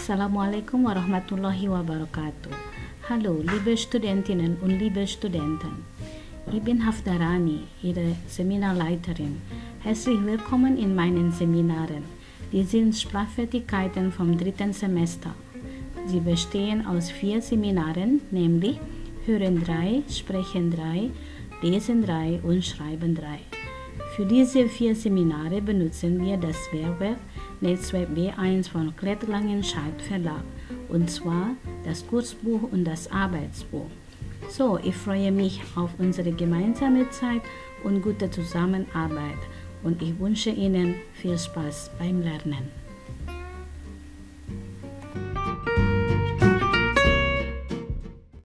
Assalamualaikum warahmatullahi wabarakatuh. Hallo, liebe Studentinnen und liebe Studenten. Ich bin Hafdarani, Ihre Seminarleiterin. Herzlich willkommen in meinen Seminaren. Die sind Sprachfertigkeiten vom 3. Semester. Sie bestehen aus 4 Seminaren, nämlich Hören 3, Sprechen 3, Lesen 3 und Schreiben 3. Für diese 4 Seminare benutzen wir das Lehrwerk Netzwerk B1 von Klett Langenscheidt Verlag, und zwar das Kurzbuch und das Arbeitsbuch. So, ich freue mich auf unsere gemeinsame Zeit und gute Zusammenarbeit und ich wünsche Ihnen viel Spaß beim Lernen.